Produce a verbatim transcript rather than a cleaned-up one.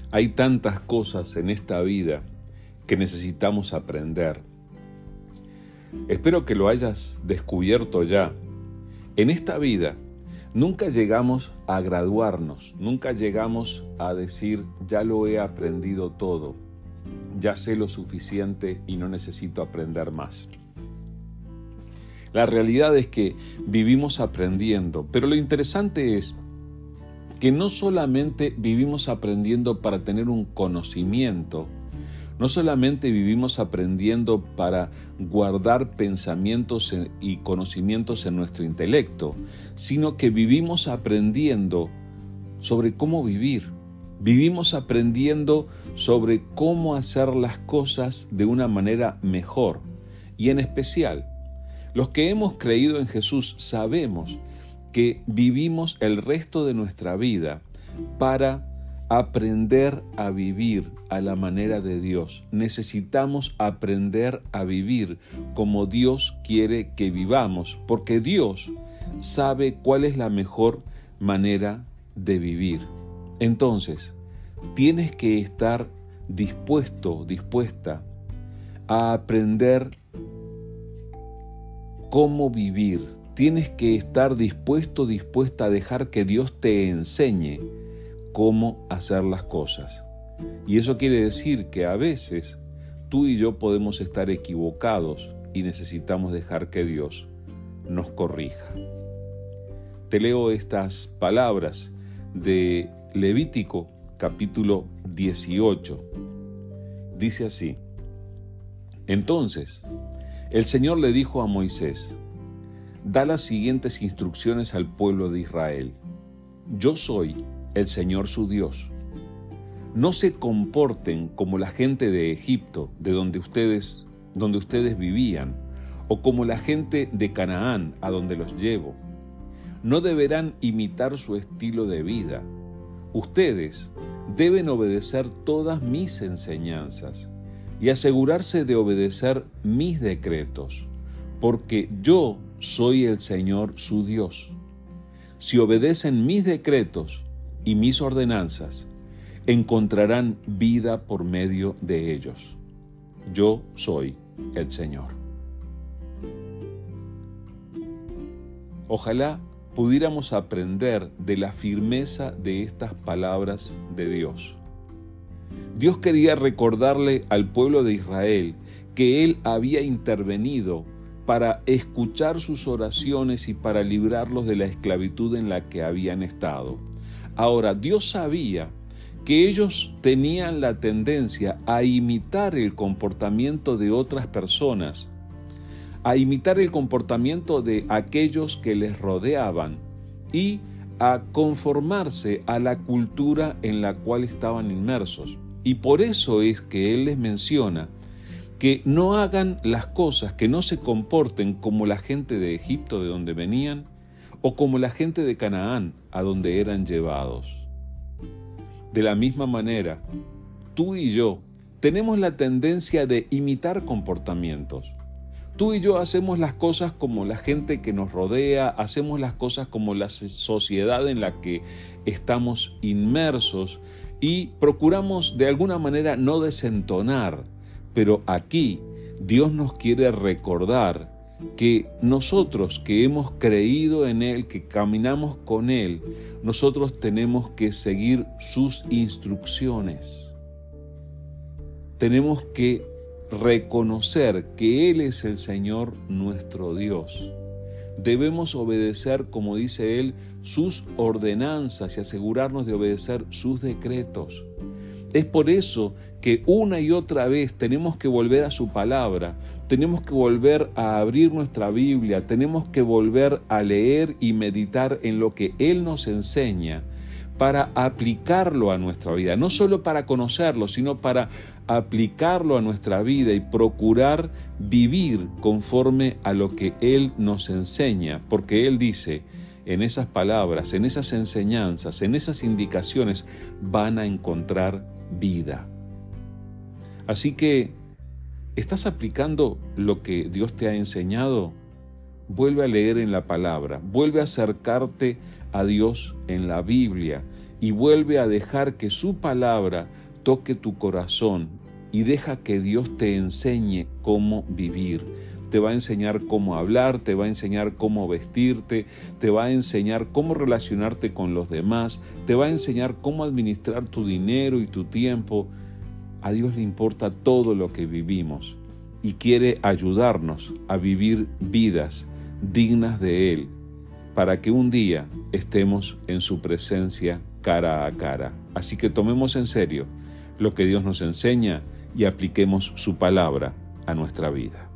Hay tantas cosas en esta vida que necesitamos aprender. Espero que lo hayas descubierto ya. En esta vida nunca llegamos a graduarnos, nunca llegamos a decir, ya lo he aprendido todo, ya sé lo suficiente y no necesito aprender más. La realidad es que vivimos aprendiendo, pero lo interesante es que no solamente vivimos aprendiendo para tener un conocimiento, no solamente vivimos aprendiendo para guardar pensamientos y conocimientos en nuestro intelecto, sino que vivimos aprendiendo sobre cómo vivir. Vivimos aprendiendo sobre cómo hacer las cosas de una manera mejor. Y en especial, los que hemos creído en Jesús sabemos que vivimos el resto de nuestra vida para aprender a vivir a la manera de Dios. Necesitamos aprender a vivir como Dios quiere que vivamos, porque Dios sabe cuál es la mejor manera de vivir. Entonces, tienes que estar dispuesto, dispuesta a aprender cómo vivir. Tienes que estar dispuesto, dispuesta a dejar que Dios te enseñe cómo hacer las cosas. Y eso quiere decir que a veces tú y yo podemos estar equivocados y necesitamos dejar que Dios nos corrija. Te leo estas palabras de Levítico capítulo dieciocho. Dice así: Entonces, el Señor le dijo a Moisés: Da las siguientes instrucciones al pueblo de Israel. Yo soy el Señor su Dios. No se comporten como la gente de Egipto, de donde ustedes, donde ustedes vivían, o como la gente de Canaán, a donde los llevo. No deberán imitar su estilo de vida. Ustedes deben obedecer todas mis enseñanzas y asegurarse de obedecer mis decretos, porque yo soy el Señor su Dios. Si obedecen mis decretos y mis ordenanzas, encontrarán vida por medio de ellos. Yo soy el Señor. Ojalá pudiéramos aprender de la firmeza de estas palabras de Dios. Dios quería recordarle al pueblo de Israel que Él había intervenido para escuchar sus oraciones y para librarlos de la esclavitud en la que habían estado. Ahora, Dios sabía que ellos tenían la tendencia a imitar el comportamiento de otras personas, a imitar el comportamiento de aquellos que les rodeaban y a conformarse a la cultura en la cual estaban inmersos. Y por eso es que Él les menciona que no hagan las cosas, que no se comporten como la gente de Egipto, de donde venían, o como la gente de Canaán, a donde eran llevados. De la misma manera, tú y yo tenemos la tendencia de imitar comportamientos. Tú y yo hacemos las cosas como la gente que nos rodea, hacemos las cosas como la sociedad en la que estamos inmersos y procuramos de alguna manera no desentonar. Pero aquí Dios nos quiere recordar que nosotros que hemos creído en Él, que caminamos con Él, nosotros tenemos que seguir sus instrucciones. Tenemos que reconocer que Él es el Señor nuestro Dios. Debemos obedecer, como dice Él, sus ordenanzas y asegurarnos de obedecer sus decretos. Es por eso que una y otra vez tenemos que volver a su palabra, tenemos que volver a abrir nuestra Biblia, tenemos que volver a leer y meditar en lo que Él nos enseña para aplicarlo a nuestra vida, no solo para conocerlo, sino para aplicarlo a nuestra vida y procurar vivir conforme a lo que Él nos enseña, porque Él dice, en esas palabras, en esas enseñanzas, en esas indicaciones, van a encontrar vida. Así que, ¿estás aplicando lo que Dios te ha enseñado? Vuelve a leer en la palabra, vuelve a acercarte a Dios en la Biblia y vuelve a dejar que su palabra toque tu corazón y deja que Dios te enseñe cómo vivir. Te va a enseñar cómo hablar, te va a enseñar cómo vestirte, te va a enseñar cómo relacionarte con los demás, te va a enseñar cómo administrar tu dinero y tu tiempo. A Dios le importa todo lo que vivimos y quiere ayudarnos a vivir vidas dignas de Él, para que un día estemos en su presencia cara a cara. Así que tomemos en serio lo que Dios nos enseña y apliquemos su palabra a nuestra vida.